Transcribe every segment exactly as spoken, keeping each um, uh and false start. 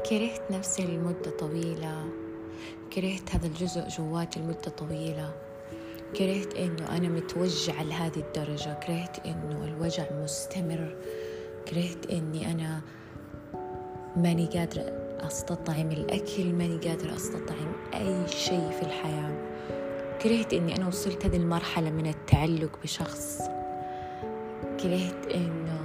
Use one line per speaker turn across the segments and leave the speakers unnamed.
كرهت نفسي لمدة طويلة، كرهت هذا الجزء جواتي لمدة طويلة، كرهت إنه أنا متوجعة لهذه الدرجة، كرهت إنه الوجع مستمر، كرهت إني أنا ماني قادرة أستطعم الأكل، ماني قادرة أستطعم أي شيء في الحياة. كرهت إني أنا وصلت هذه المرحلة من التعلق بشخص. كرهت إنه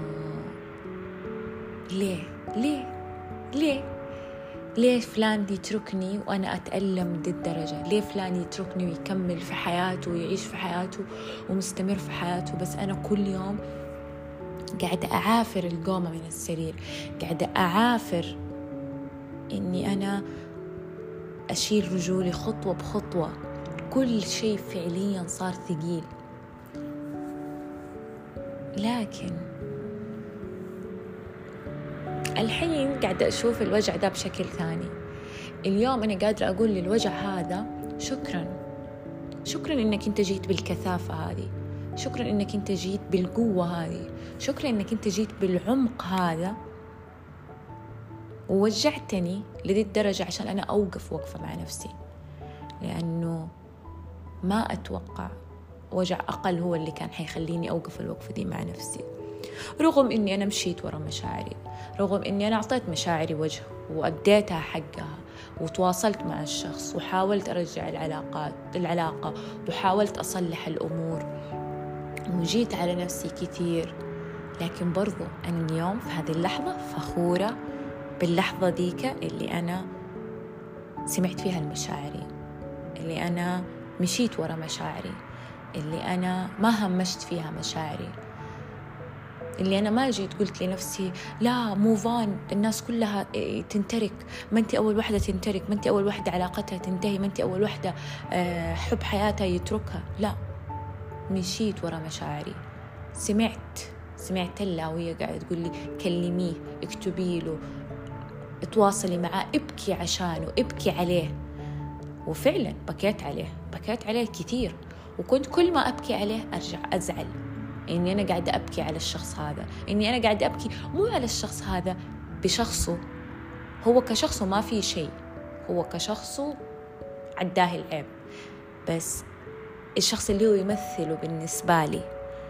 ليه ليه ليه ليه فلان يتركني وأنا أتألم دي الدرجة؟ ليه فلان يتركني ويكمل في حياته ويعيش في حياته ومستمر في حياته، بس أنا كل يوم قاعدة أعافر القومة من السرير، قاعدة أعافر إني أنا أشيل رجولي خطوة بخطوة. كل شيء فعليا صار ثقيل. لكن الحين قاعدة أشوف الوجع ده بشكل ثاني. اليوم أنا قادرة أقول للوجع هذا شكرا، شكرا إنك أنت جيت بالكثافة هذه، شكرا إنك أنت جيت بالقوة هذه، شكرا إنك أنت جيت بالعمق هذا ووجعتني لذي الدرجة عشان أنا أوقف وقفة مع نفسي، لأنه ما أتوقع وجع أقل هو اللي كان حيخليني أوقف الوقفة دي مع نفسي. رغم إني أنا مشيت ورا مشاعري، رغم إني أنا أعطيت مشاعري وجه وأديتها حقها وتواصلت مع الشخص وحاولت أرجع العلاقات العلاقة وحاولت أصلح الأمور وجيت على نفسي كثير، لكن برضو أنا اليوم في هذه اللحظة فخورة باللحظة ديك اللي أنا سمعت فيها المشاعري، اللي أنا مشيت ورا مشاعري، اللي أنا ما همشت فيها مشاعري، اللي أنا ما جيت قلت لنفسي لا موفان الناس كلها تنترك، ما أنت أول واحدة تنترك، ما أنت أول واحدة علاقتها تنتهي، ما أنت أول واحدة حب حياتها يتركها. لا، مشيت ورا مشاعري، سمعت سمعت لها وهي قاعدة تقول لي كلميه، اكتبي له، اتواصلي معاه، ابكي عشانه، ابكي عليه. وفعلا بكيت عليه بكيت عليه كثير، وكنت كل ما أبكي عليه أرجع أزعل إني أنا قاعدة أبكي على الشخص هذا، إني أنا قاعدة أبكي مو على الشخص هذا بشخصه، هو كشخصه ما في شيء، هو كشخصه عداه العيب، بس الشخص اللي هو يمثله بالنسبة لي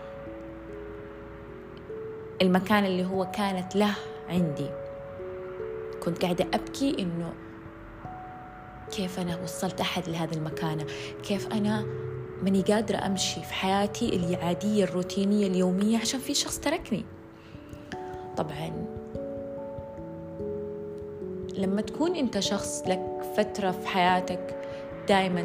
المكان اللي هو كانت له عندي، كنت قاعدة أبكي إنه كيف أنا وصلت أحد لهذا المكانة، كيف أنا ماني قادرة أمشي في حياتي العادية الروتينية اليومية عشان في شخص تركني. طبعا لما تكون أنت شخص لك فترة في حياتك دايما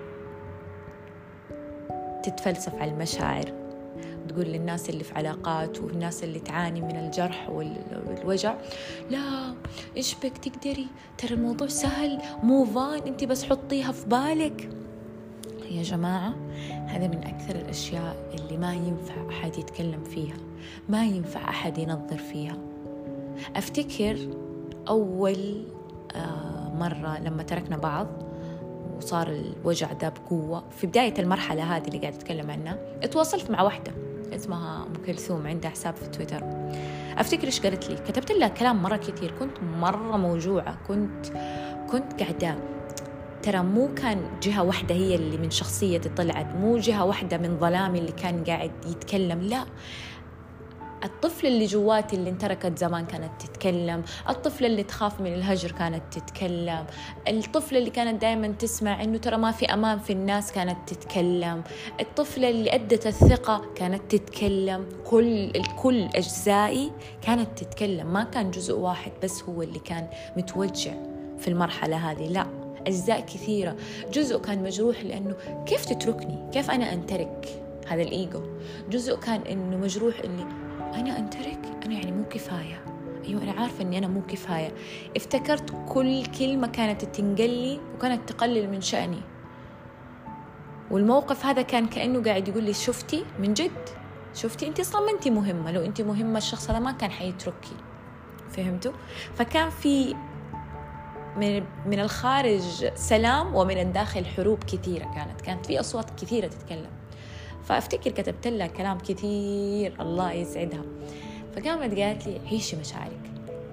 تتفلسف على المشاعر، تقول للناس اللي في علاقات والناس اللي تعاني من الجرح والوجع لا إيش بك تقدري، ترى الموضوع سهل، موفان أنت بس حطيها في بالك. يا جماعة هذا من أكثر الأشياء اللي ما ينفع أحد يتكلم فيها، ما ينفع أحد ينظر فيها. أفتكر أول مرة لما تركنا بعض وصار الوجع ده بقوة في بداية المرحلة هذه اللي قاعد أتكلم عنها، اتواصلت مع واحدة اسمها أم كلثوم، عندها حساب في تويتر. أفتكر إيش قالت لي، كتبت لها كلام مرة كتير، كنت مرة موجوعة، كنت كنت قاعدة، ترى مو كان جهة واحدة هي اللي من شخصيتي طلعت، مو جهة واحدة من ظلامي اللي كان قاعد يتكلم، لا، الطفلة اللي جواتي اللي انتركت زمان كانت تتكلم، الطفلة اللي تخاف من الهجر كانت تتكلم، الطفلة اللي كانت دائما تسمع إنه ترى ما في أمان في الناس كانت تتكلم، الطفلة اللي أدت الثقة كانت تتكلم، كل الكل أجزائي كانت تتكلم، ما كان جزء واحد بس هو اللي كان متوجع في المرحلة هذه، لا، أجزاء كثيرة. جزء كان مجروح لأنه كيف تتركني، كيف أنا أنترك، هذا الإيجو. جزء كان إنه مجروح إني أنا أنترك، أنا يعني مو كفاية، أيوة أنا عارفة إني أنا مو كفاية. افتكرت كل كلمة كانت تنقلي وكانت تقلل من شأني، والموقف هذا كان كأنه قاعد يقول لي شفتي من جد، شفتي أنت أصلا ما أنت مهمة، لو أنت مهمة الشخص هذا ما كان حيتركي. فهمتوا؟ فكان في من من الخارج سلام ومن الداخل حروب كثيرة، كانت كانت في أصوات كثيرة تتكلم. فأفتكر كتبت لها كلام كثير الله يسعدها، فقامت قالت لي عيشي مشاعرك،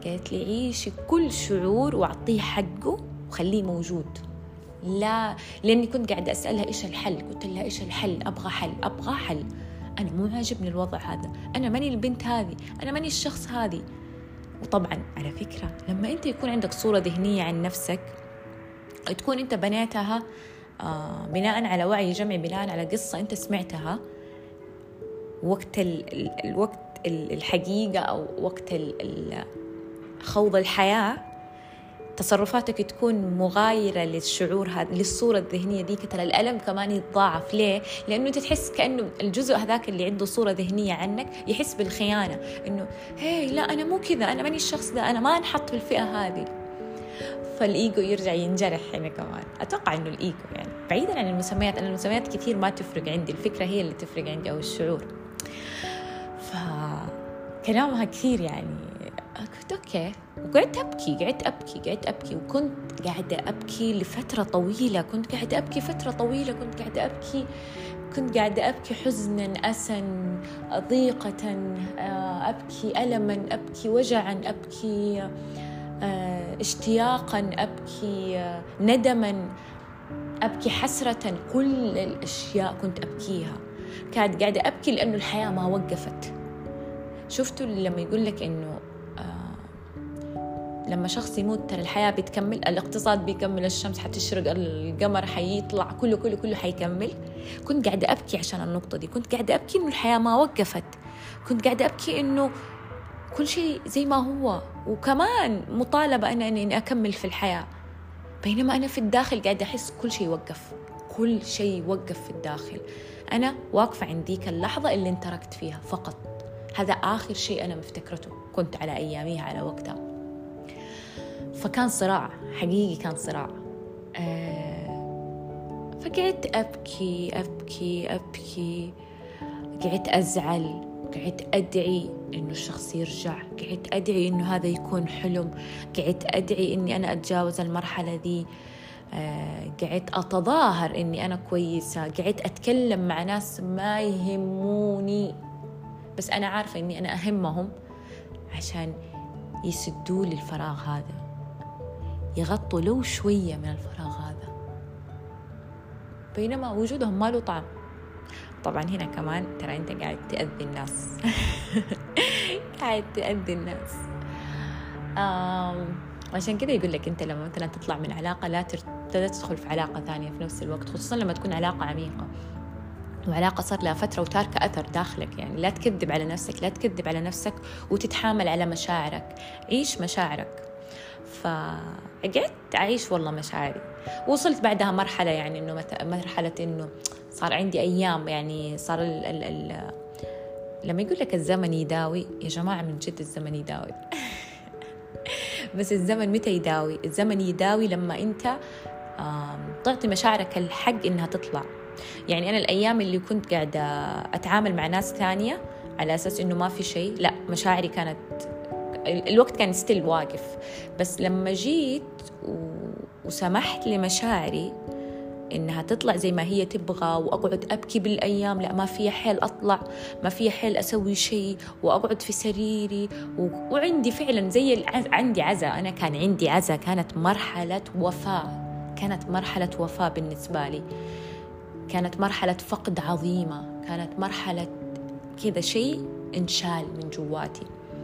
قالت لي عيشي كل شعور وأعطيه حقه وخليه موجود. لا، لأني كنت قاعدة أسألها إيش الحل، قلت لها إيش الحل، أبغى حل أبغى حل أنا مو عاجبني الوضع هذا، أنا ماني البنت هذه، أنا ماني الشخص هذه. وطبعا على فكرة لما أنت يكون عندك صورة ذهنية عن نفسك تكون أنت بنيتها آه بناء على وعي جمعي، بناء على قصة أنت سمعتها وقت ال ال الوقت الحقيقة أو وقت خوض الحياة، تصرفاتك تكون مغايرة للشعور هذا، للصورة الذهنية دي. ترى الألم كمان يتضاعف. ليه؟ لأنه أنت تحس كأنه الجزء هذاك اللي عنده صورة ذهنية عنك يحس بالخيانة، إنه هاي لا أنا مو كذا، أنا ماني الشخص ده، أنا ما انحط في الفئة هذه. فالإيجو يرجع ينجرح هنا كمان. أتوقع إنه الإيجو يعني بعيدا عن المسميات، أنا المسميات كثير ما تفرق عندي، الفكرة هي اللي تفرق عندي أو الشعور. فكلامها كثير يعني كنت أوكي، وقعدت أبكي قعدت أبكي قعدت أبكي وكنت قاعدة أبكي لفترة طويلة كنت قاعدة أبكي فترة طويلة كنت قاعدة أبكي كنت قاعدة أبكي حزنا، أسا، ضيقة، أبكي ألما، أبكي وجعا، أبكي اشتياقا، أبكي ندما، أبكي حسرة. كل الأشياء كنت أبكيها. كانت قاعدة أبكي لأنه الحياة ما وقفت. شفتوا لما يقول لك إنه لما شخص يموت ترى الحياة بتكمل، الاقتصاد بيكمل، الشمس حتشرق، القمر حيطلع، كله كله كله حيكمل. كنت قاعدة أبكي عشان النقطة دي، كنت قاعدة أبكي إنه الحياة ما وقفت، كنت قاعدة أبكي إنه كل شيء زي ما هو، وكمان مطالبة أنا إني أكمل في الحياة، بينما أنا في الداخل قاعدة أحس كل شيء وقف، كل شيء وقف في الداخل. أنا واقفة عند ديك اللحظة اللي انتركت فيها فقط، هذا آخر شيء أنا مفتكرته كنت على أياميها على وقتها. فكان صراع حقيقي، كان صراع. أه فقعدت أبكي أبكي أبكي قعدت أزعل، قعدت أدعي إنه الشخص يرجع، قعدت أدعي إنه هذا يكون حلم، قعدت أدعي إني أنا أتجاوز المرحلة دي، أه قعدت أتظاهر إني أنا كويسة، قعدت أتكلم مع ناس ما يهموني بس أنا عارفة إني أنا أهمهم عشان يسدوا لي الفراغ هذا، يغطوا لو شوية من الفراغ هذا، بينما وجودهم ما له طعم. طبعا هنا كمان ترى أنت قاعد تأذي الناس قاعد تأذي الناس. عشان كده يقول لك أنت لما مثلا تطلع من علاقة لا تدخل في علاقة ثانية في نفس الوقت، خصوصا لما تكون علاقة عميقة وعلاقة صار لها فترة وتاركة أثر داخلك. يعني لا تكذب على نفسك، لا تكذب على نفسك وتتحامل على مشاعرك، عيش مشاعرك. فقعدت أعيش والله مشاعري. وصلت بعدها مرحلة يعني إنه مرحلة إنه صار عندي أيام، يعني صار ال ال ال لما يقول لك الزمن يداوي، يا جماعة من جد الزمن يداوي بس الزمن متى يداوي؟ الزمن يداوي لما أنت تعطي مشاعرك الحق إنها تطلع. يعني أنا الأيام اللي كنت قاعدة أتعامل مع ناس ثانية على أساس إنه ما في شيء، لا مشاعري كانت الوقت كان ستيل واقف، بس لما جيت وسمحت لمشاعري إنها تطلع زي ما هي تبغى وأقعد أبكي بالأيام، لا ما في حيل أطلع، ما في حيل أسوي شيء وأقعد في سريري و... وعندي فعلا زي العز... عندي عزا. أنا كان عندي عزا، كانت مرحلة وفاة، كانت مرحلة وفاة بالنسبة لي، كانت مرحلة فقد عظيمة، كانت مرحلة كذا شيء انشال من جواتي.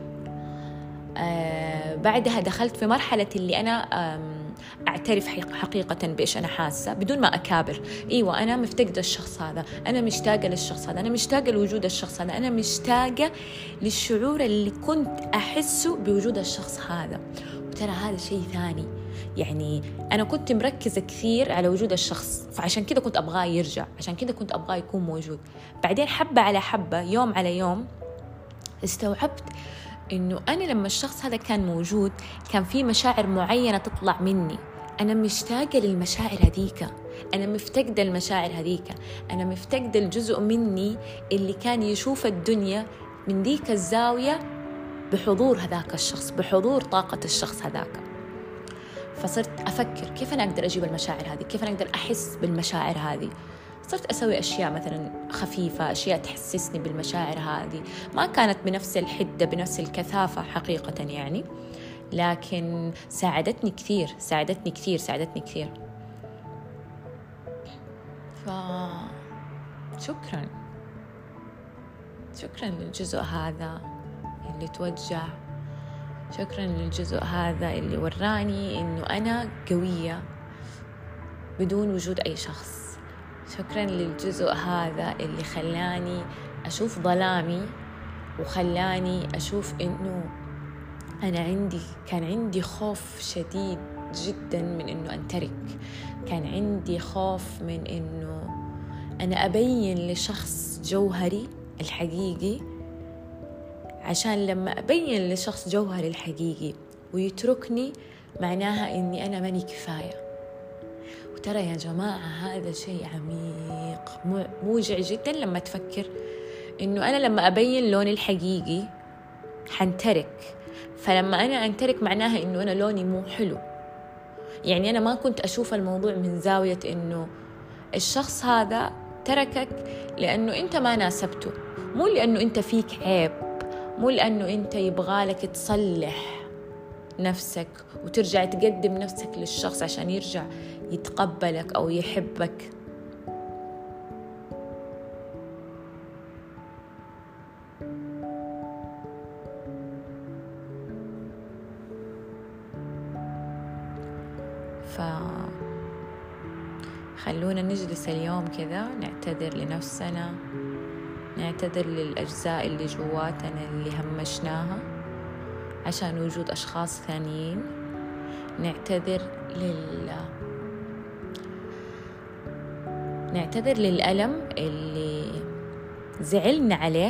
آه بعدها دخلت في مرحلة اللي أنا أعترف حقيقة بإيش أنا حاسة بدون ما أكابر. إيوة أنا مفتقدة الشخص هذا، أنا مشتاقة للشخص هذا، أنا مشتاقة لوجود الشخص هذا، أنا مشتاقة للشعور اللي كنت أحسه بوجود الشخص هذا. وترى هذا شيء ثاني، يعني أنا كنت مركزة كثير على وجود الشخص، فعشان كده كنت أبغاه يرجع، عشان كده كنت أبغاه يكون موجود. بعدين حبة على حبة، يوم على يوم، استوعبت إنه أنا لما الشخص هذا كان موجود كان في مشاعر معينة تطلع مني، أنا مشتاقة للمشاعر هذيك، أنا مفتقدة المشاعر هذيك، أنا مفتقدة الجزء مني اللي كان يشوف الدنيا من ذيك الزاوية بحضور هذاك الشخص، بحضور طاقة الشخص هذاك. فصرت أفكر كيف أنا أقدر أجيب المشاعر هذه، كيف أنا أقدر أحس بالمشاعر هذه. صرت أسوي أشياء مثلا خفيفة، أشياء تحسسني بالمشاعر هذه، ما كانت بنفس الحدة بنفس الكثافة حقيقة يعني، لكن ساعدتني كثير ساعدتني كثير ساعدتني كثير فشكرا شكرا للجزء هذا اللي توجع، شكرا للجزء هذا اللي وراني إنه أنا قوية بدون وجود أي شخص، شكرا للجزء هذا اللي خلاني أشوف ظلامي وخلاني أشوف إنه أنا عندي كان عندي خوف شديد جدا من إنه أنترك، كان عندي خوف من إنه أنا أبين لشخص جوهري الحقيقي، عشان لما أبين لشخص جوهري الحقيقي ويتركني معناها إني أنا ماني كفاية. وترى يا جماعة هذا شيء عميق موجع جدا لما تفكر إنه أنا لما أبين لوني الحقيقي حنترك، فلما أنا أنترك معناها إنه أنا لوني مو حلو. يعني أنا ما كنت أشوف الموضوع من زاوية إنه الشخص هذا تركك لأنه أنت ما ناسبته، مو لأنه أنت فيك عيب، مو لأنه أنت يبغالك تصلح نفسك وترجع تقدم نفسك للشخص عشان يرجع يتقبلك أو يحبك. فخلونا نجلس اليوم كذا نعتذر لنفسنا، نعتذر للأجزاء اللي جواتنا اللي همشناها عشان وجود أشخاص ثانيين، نعتذر لل نعتذر للألم اللي زعلنا عليه،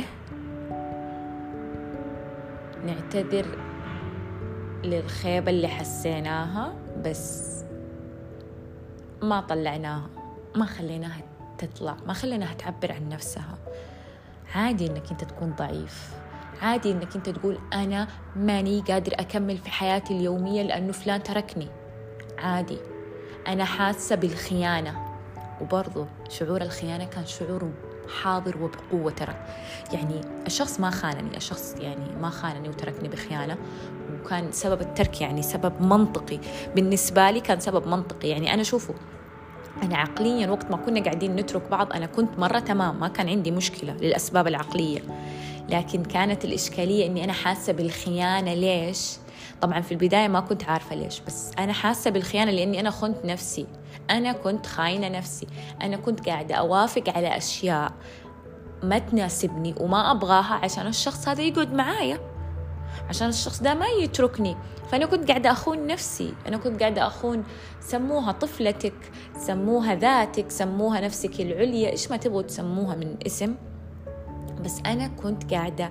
نعتذر للخيبة اللي حسيناها بس ما طلعناها، ما خليناها تطلع، ما خليناها تعبر عن نفسها. عادي إنك أنت تكون ضعيف، عادي إنك أنت تقول أنا ماني قادر أكمل في حياتي اليومية لأنه فلان تركني، عادي. أنا حاسة بالخيانة، وبرضو شعور الخيانة كان شعور حاضر وبقوة ترى. يعني الشخص ما خانني، الشخص يعني ما خانني وتركني بخيانة، وكان سبب الترك يعني سبب منطقي بالنسبة لي، كان سبب منطقي. يعني أنا شوفوا، أنا عقليا وقت ما كنا قاعدين نترك بعض أنا كنت مرة تمام، ما كان عندي مشكلة للأسباب العقلية، لكن كانت الإشكالية إني أنا حاسة بالخيانة. ليش؟ طبعا في البداية ما كنت عارفة ليش، بس أنا حاسة بالخيانة لأني أنا خنت نفسي، أنا كنت خاينة نفسي، أنا كنت قاعدة أوافق على أشياء ما تناسبني وما أبغاها عشان الشخص هذا يقعد معايا، عشان الشخص ده ما يتركني. فأنا كنت قاعدة أخون نفسي، أنا كنت قاعدة أخون، سموها طفلتك، سموها ذاتك، سموها نفسك العليا، إيش ما تبغوا تسموها من اسم، بس أنا كنت قاعدة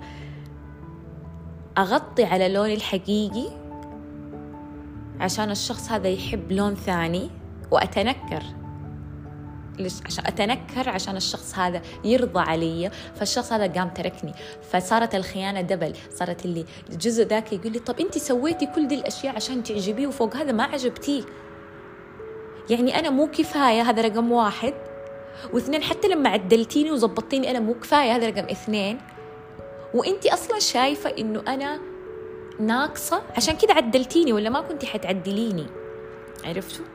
أغطي على لوني الحقيقي عشان الشخص هذا يحب لون ثاني، وأتنكر عشان أتنكر عشان الشخص هذا يرضى علي، فالشخص هذا قام تركني. فصارت الخيانة دبل، صارت اللي الجزء ذاك يقول لي طب أنت سويتي كل دي الأشياء عشان تعجبيه وفوق هذا ما عجبتيه، يعني أنا مو كفاية، هذا رقم واحد. واثنين، حتى لما عدلتيني وزبطتيني أنا مو كفاية، هذا رقم اثنين. وإنتي أصلا شايفة إنه أنا ناقصة عشان كده عدلتيني، ولا ما كنتي حتعدليني؟ عرفتوا؟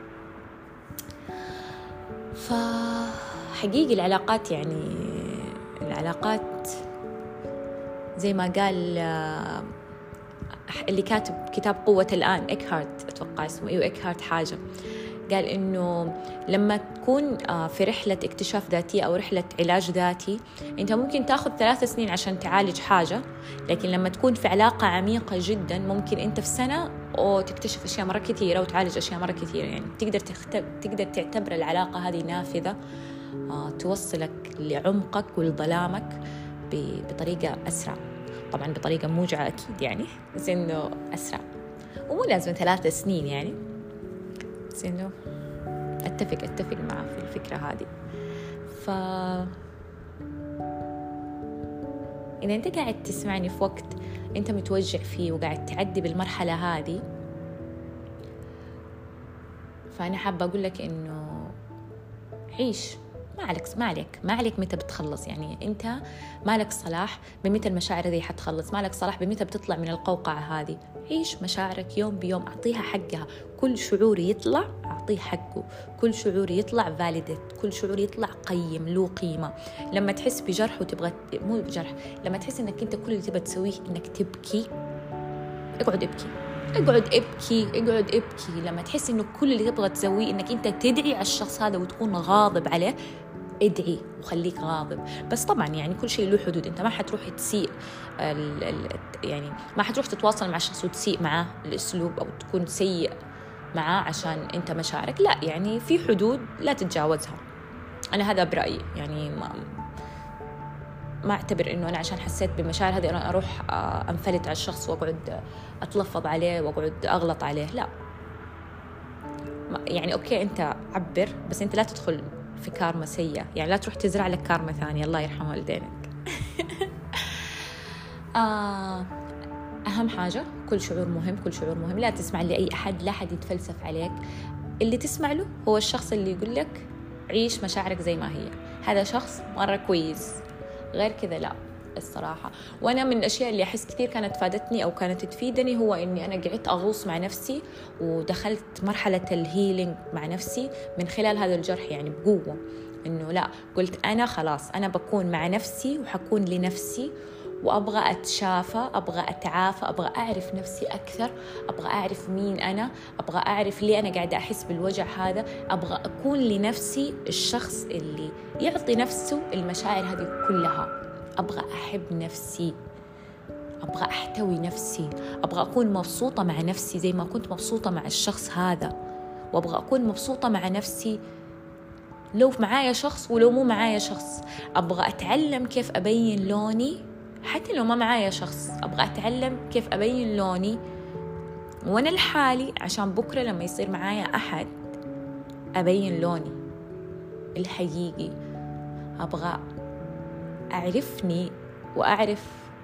فحقيقي العلاقات، يعني العلاقات زي ما قال اللي كاتب كتاب قوة الآن، إيكهارت أتوقع اسمه، إيوه إيكهارت حاجة، قال إنه لما تكون في رحلة اكتشاف ذاتي أو رحلة علاج ذاتي، أنت ممكن تأخذ ثلاث سنين عشان تعالج حاجة، لكن لما تكون في علاقة عميقة جدا ممكن أنت في سنة أو تكتشف أشياء مرة كثيرة وتعالج أشياء مرة كثيرة. يعني تقدر تختب... تقدر تعتبر العلاقة هذه نافذة آه، توصلك لعمقك ولظلامك ب... بطريقة أسرع، طبعا بطريقة موجعة أكيد يعني، بس إنه أسرع، ومو لازم ثلاث سنين يعني، بس إنه أتفق أتفق معه في الفكرة هذه. ف إذا أنت قاعد تسمعني في وقت أنت متوجع فيه وقاعد تعدي بالمرحلة هذه، فأنا حابة أقول لك إنه عيش ما عليك ما عليك ما عليك متى بتخلص. يعني أنت ما لك صلاح بمتى المشاعر ذي حتخلص، ما لك صلاح بمتى بتطلع من القوقعة هذه. عيش مشاعرك يوم بيوم، أعطيها حقها. كل شعور يطلع أعطيه حقه، كل شعور يطلع فاليديت، كل شعور يطلع قيم له قيمة. لما تحس بجرح وتبغى، مو بجرح، لما تحس إنك أنت كل اللي تبغى تسويه إنك تبكي، اقعد ابكي اقعد ابكي اقعد ابكي. لما تحس إنه كل اللي تبغى تسويه إنك أنت تدعي على الشخص هذا وتكون غاضب عليه، ادعي وخليك غاضب. بس طبعا يعني كل شيء له حدود. انت ما حتروح تسيء ال ال يعني ما حتروح تتواصل مع الشخص وتسيء معاه الاسلوب او تكون سيء معاه عشان انت مشاعرك، لا، يعني في حدود لا تتجاوزها. انا هذا برأيي، يعني ما ما اعتبر انه انا عشان حسيت بالمشاعر هذه انا اروح انفلت على الشخص واقعد اتلفظ عليه واقعد اغلط عليه، لا. يعني اوكي انت عبر، بس انت لا تدخل في كارما سيئة، يعني لا تروح تزرع لك كارما ثانية. الله يرحم والدينك. آه أهم حاجة كل شعور مهم، كل شعور مهم. لا تسمع لأي أحد، لا أحد يتفلسف عليك. اللي تسمع له هو الشخص اللي يقول لك عيش مشاعرك زي ما هي. هذا شخص مرة كويس، غير كذا لا الصراحة. وأنا من الأشياء اللي أحس كثير كانت فادتني أو كانت تفيدني هو إني أنا قعدت أغوص مع نفسي ودخلت مرحلة الهيلينج مع نفسي من خلال هذا الجرح، يعني بقوة. إنه لا، قلت أنا خلاص أنا بكون مع نفسي وحكون لنفسي، وأبغى أتشافى، أبغى أتعافى، أبغى أعرف نفسي أكثر، أبغى أعرف مين أنا، أبغى أعرف ليه أنا قاعدة أحس بالوجع هذا، أبغى أكون لنفسي الشخص اللي يعطي نفسه المشاعر هذه كلها. أبغى أحب نفسي، أبغى أحتوي نفسي، أبغى أكون مبسوطة مع نفسي زي ما كنت مبسوطة مع الشخص هذا، وأبغى أكون مبسوطة مع نفسي لو معايا شخص ولو مو معايا شخص. أبغى أتعلم كيف أبين لوني حتى لو ما معايا شخص. أبغى أتعلم كيف أبين لوني وأنا لحالي، عشان بكرة لما يصير معايا أحد أبين لوني الحقيقي. أبغى أعرفني وأعرف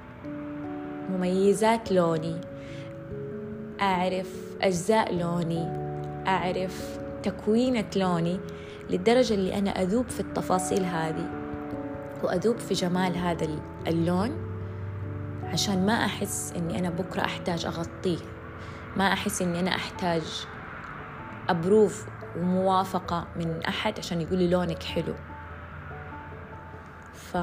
مميزات لوني، أعرف أجزاء لوني، أعرف تكوينة لوني، للدرجة اللي أنا أذوب في التفاصيل هذه وأذوب في جمال هذا اللون، عشان ما أحس إني أنا بكرة أحتاج أغطيه، ما أحس إني أنا أحتاج أبروف وموافقة من أحد عشان يقول لي لونك حلو. ف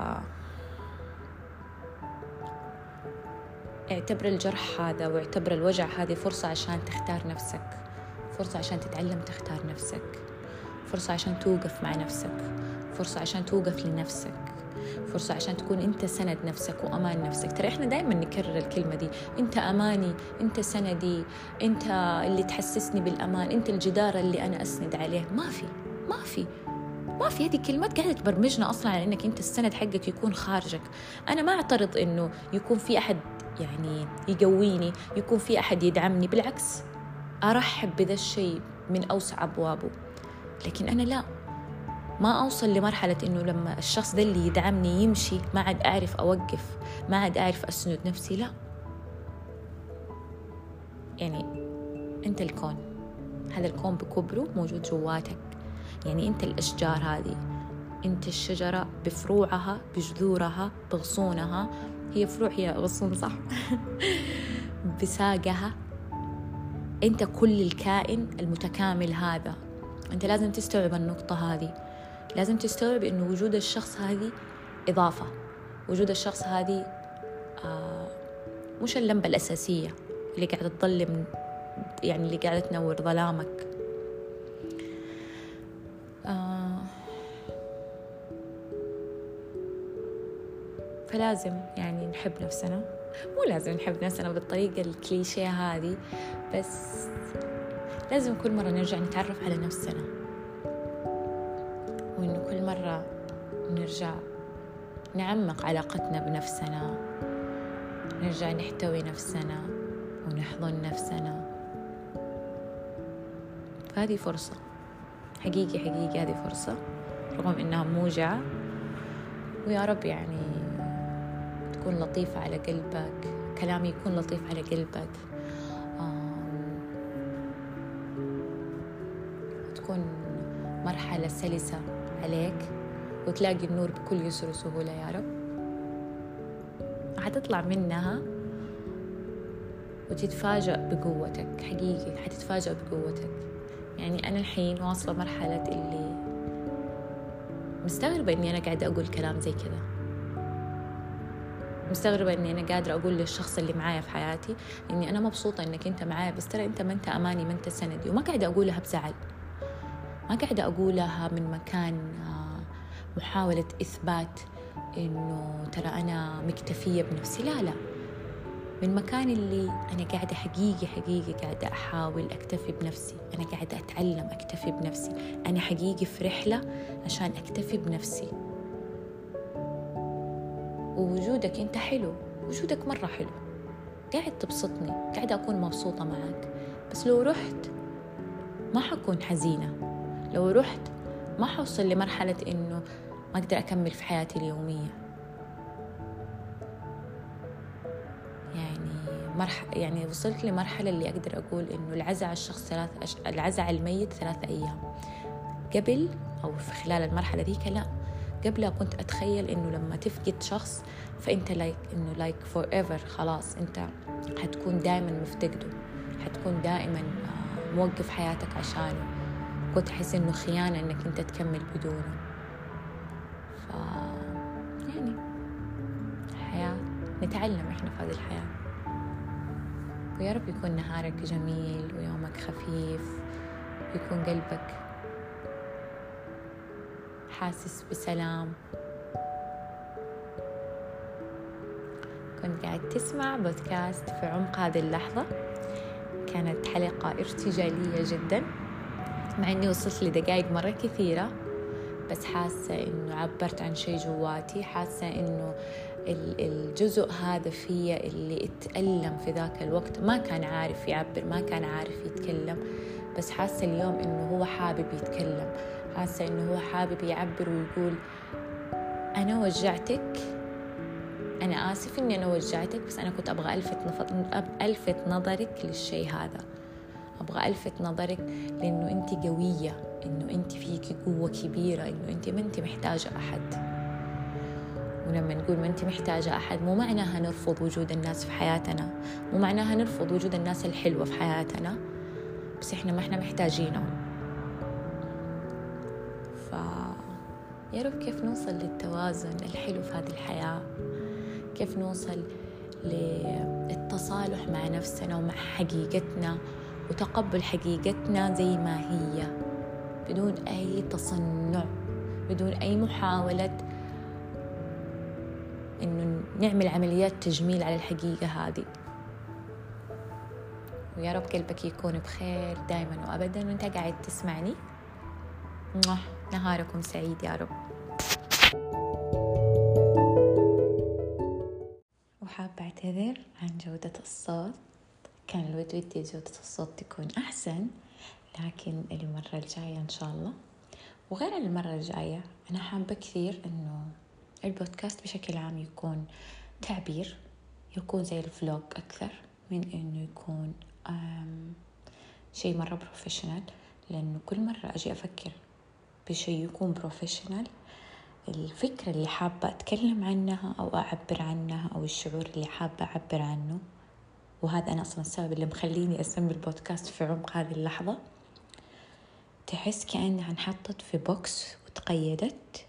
اعتبر الجرح هذا واعتبر الوجع هذه فرصة عشان تختار نفسك، فرصة عشان تتعلم تختار نفسك، فرصة عشان توقف مع نفسك، فرصة عشان توقف لنفسك، فرصة عشان تكون أنت سند نفسك وأمان نفسك. ترى إحنا دائما نكرر الكلمة دي، أنت أماني، أنت سندي، أنت اللي تحسسني بالأمان، أنت الجدار اللي أنا أسند عليه. ما في ما في ما في هذه كلمات قاعدة تبرمجنا أصلا على إنك أنت السند حقك يكون خارجك. أنا ما أعترض إنه يكون في أحد يعني يقويني، يكون في أحد يدعمني، بالعكس أرحب بذا الشيء من أوسع أبوابه. لكن أنا لا، ما أوصل لمرحلة إنه لما الشخص ده اللي يدعمني يمشي ما عاد أعرف أوقف، ما عاد أعرف أسند نفسي. لا، يعني أنت الكون، هذا الكون بكبره موجود جواتك. يعني أنت الأشجار هذه، أنت الشجرة بفروعها بجذورها بغصونها، هي فروع هي غصون صح بساقها. أنت كل الكائن المتكامل هذا. أنت لازم تستوعب النقطة هذه، لازم تستوعب إنه وجود الشخص هذه إضافة، وجود الشخص هذه آه مش اللمبة الأساسية اللي قاعدة تظلم، يعني اللي قاعدة تنور ظلامك. آه فلازم يعني نحب نفسنا، مو لازم نحب نفسنا بالطريقة الكليشيه هذه، بس لازم كل مرة نرجع نتعرف على نفسنا، وإنه كل مرة نرجع نعمق علاقتنا بنفسنا، نرجع نحتوي نفسنا ونحضن نفسنا. فهذه فرصة حقيقي حقيقي، هذه فرصة رغم إنها موجعة، ويا رب يعني تكون لطيفة على قلبك، كلامي يكون لطيف على قلبك، تكون مرحلة سلسة عليك وتلاقي النور بكل يسر وسهولة يا رب. حتطلع منها وتتفاجأ بقوتك، حقيقي حتتفاجأ بقوتك. يعني أنا الحين واصلة مرحلة اللي مستغربة إني أنا قاعدة أقول كلام زي كذا، مستغربة إني أنا قادرة أقول للشخص اللي معايا في حياتي إني أنا مبسوطة إنك أنت معايا، بس ترى أنت ما أنت أماني، ما أنت سندي. وما قاعدة أقولها بزعل، ما قاعدة أقولها من مكان محاولة إثبات إنه ترى أنا مكتفية بنفسي، لا لا، من مكان اللي أنا قاعدة حقيقي حقيقي قاعدة أحاول أكتفي بنفسي، أنا قاعدة أتعلم أكتفي بنفسي، أنا حقيقي في رحلة عشان أكتفي بنفسي. ووجودك أنت حلو، وجودك مرة حلو، قاعد تبسطني، قاعدة أكون مبسوطة معك. بس لو رحت ما حكون حزينة، لو رحت ما حوصل لمرحلة إنه ما أقدر أكمل في حياتي اليومية. يعني مرح يعني وصلت لمرحلة اللي أقدر أقول إنه العزاء الشخص ثلاث أش... العزاء الميت ثلاثة أيام. قبل أو في خلال المرحلة ذيك لا، قبلها كنت أتخيل إنه لما تفقد شخص فأنت لايك إنه لايك فور ايفر، خلاص أنت حتكون دائما مفتقده، حتكون دائما موقف حياتك عشانه. كنت أحس إنه خيانة إنك أنت تكمل بدونه. ف يعني حياة نتعلم إحنا في هذه الحياة. ويا رب يكون نهارك جميل ويومك خفيف، ويكون قلبك حاسس بسلام. كنت قاعد تسمع بودكاست في عمق هذه اللحظة، كانت حلقة ارتجالية جدا، مع أني وصلت لدقائق مرة كثيرة، بس حاسة إنه عبرت عن شيء جواتي، حاسة إنه الجزء هذا فيه اللي اتألم في ذاك الوقت ما كان عارف يعبر، ما كان عارف يتكلم، بس حاسة اليوم إنه هو حابب يتكلم، حاسة إنه هو حابب يعبر ويقول أنا وجعتك، أنا آسف إني أنا وجعتك، بس أنا كنت أبغى ألفت, ألفت نظرك للشيء هذا، أبغى ألفت نظرك لأنه أنت قوية، إنه أنت فيك قوة كبيرة، إنه أنت ما أنت محتاجة أحد. ولما نقول ما أنت محتاجة أحد مو معناها نرفض وجود الناس في حياتنا، مو معناها نرفض وجود الناس الحلوة في حياتنا، بس إحنا ما إحنا محتاجينهم. ف يا رب كيف نوصل للتوازن الحلو في هذه الحياة، كيف نوصل للتصالح مع نفسنا ومع حقيقتنا وتقبل حقيقتنا زي ما هي، بدون أي تصنع، بدون أي محاولة إنه نعمل عمليات تجميل على الحقيقة هذه. ويا رب قلبك يكون بخير دائما وأبدا وانت قاعد تسمعني. نهاركم سعيد يا رب. وحابة أعتذر عن جودة الصوت، كان الود ودي جودة الصوت تكون أحسن، لكن المرة الجاية إن شاء الله. وغير المرة الجاية أنا حابة كثير إنه البودكاست بشكل عام يكون تعبير، يكون زي الفلوج أكثر من إنه يكون شيء مرة بروفيشنال، لأنه كل مرة أجي أفكر بشيء يكون بروفيشنال، الفكرة اللي حابة أتكلم عنها أو أعبر عنها أو الشعور اللي حابة أعبر عنه، وهذا أنا أصلا السبب اللي مخليني أسمي البودكاست في عمق هذه اللحظة، تحس كأنها انحطت في بوكس وتقيدت،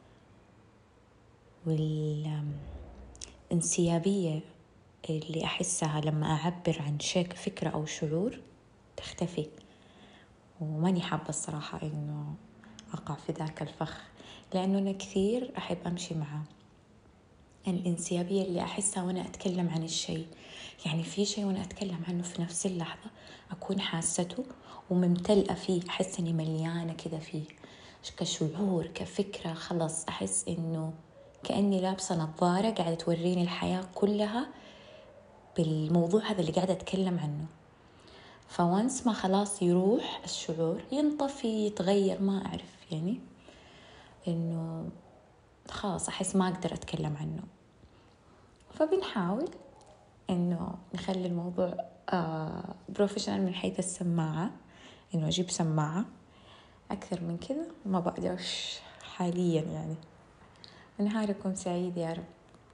والانسيابية اللي أحسها لما أعبر عن شيء فكرة أو شعور تختفي. وماني حابة الصراحة إنه أقع في ذاك الفخ، لأنه أنا كثير أحب أمشي مع الانسيابية اللي أحسها وأنا أتكلم عن الشيء. يعني في شيء وأنا أتكلم عنه في نفس اللحظة أكون حاسته وممتلئة فيه، أحس أني مليانة كذا فيه كشعور كفكرة، خلص أحس إنه كأني لابسة نظارة قاعدة توريني الحياة كلها بالموضوع هذا اللي قاعدة أتكلم عنه. فوانس ما خلاص يروح الشعور، ينطفي، يتغير، ما أعرف، يعني إنه خلاص أحس ما أقدر أتكلم عنه. فبنحاول إنه نخلي الموضوع آه بروفيشنال من حيث السماعة، إنه أجيب سماعة، أكثر من كذا ما بقدرش حاليا يعني. نهاركم سعيد يا رب.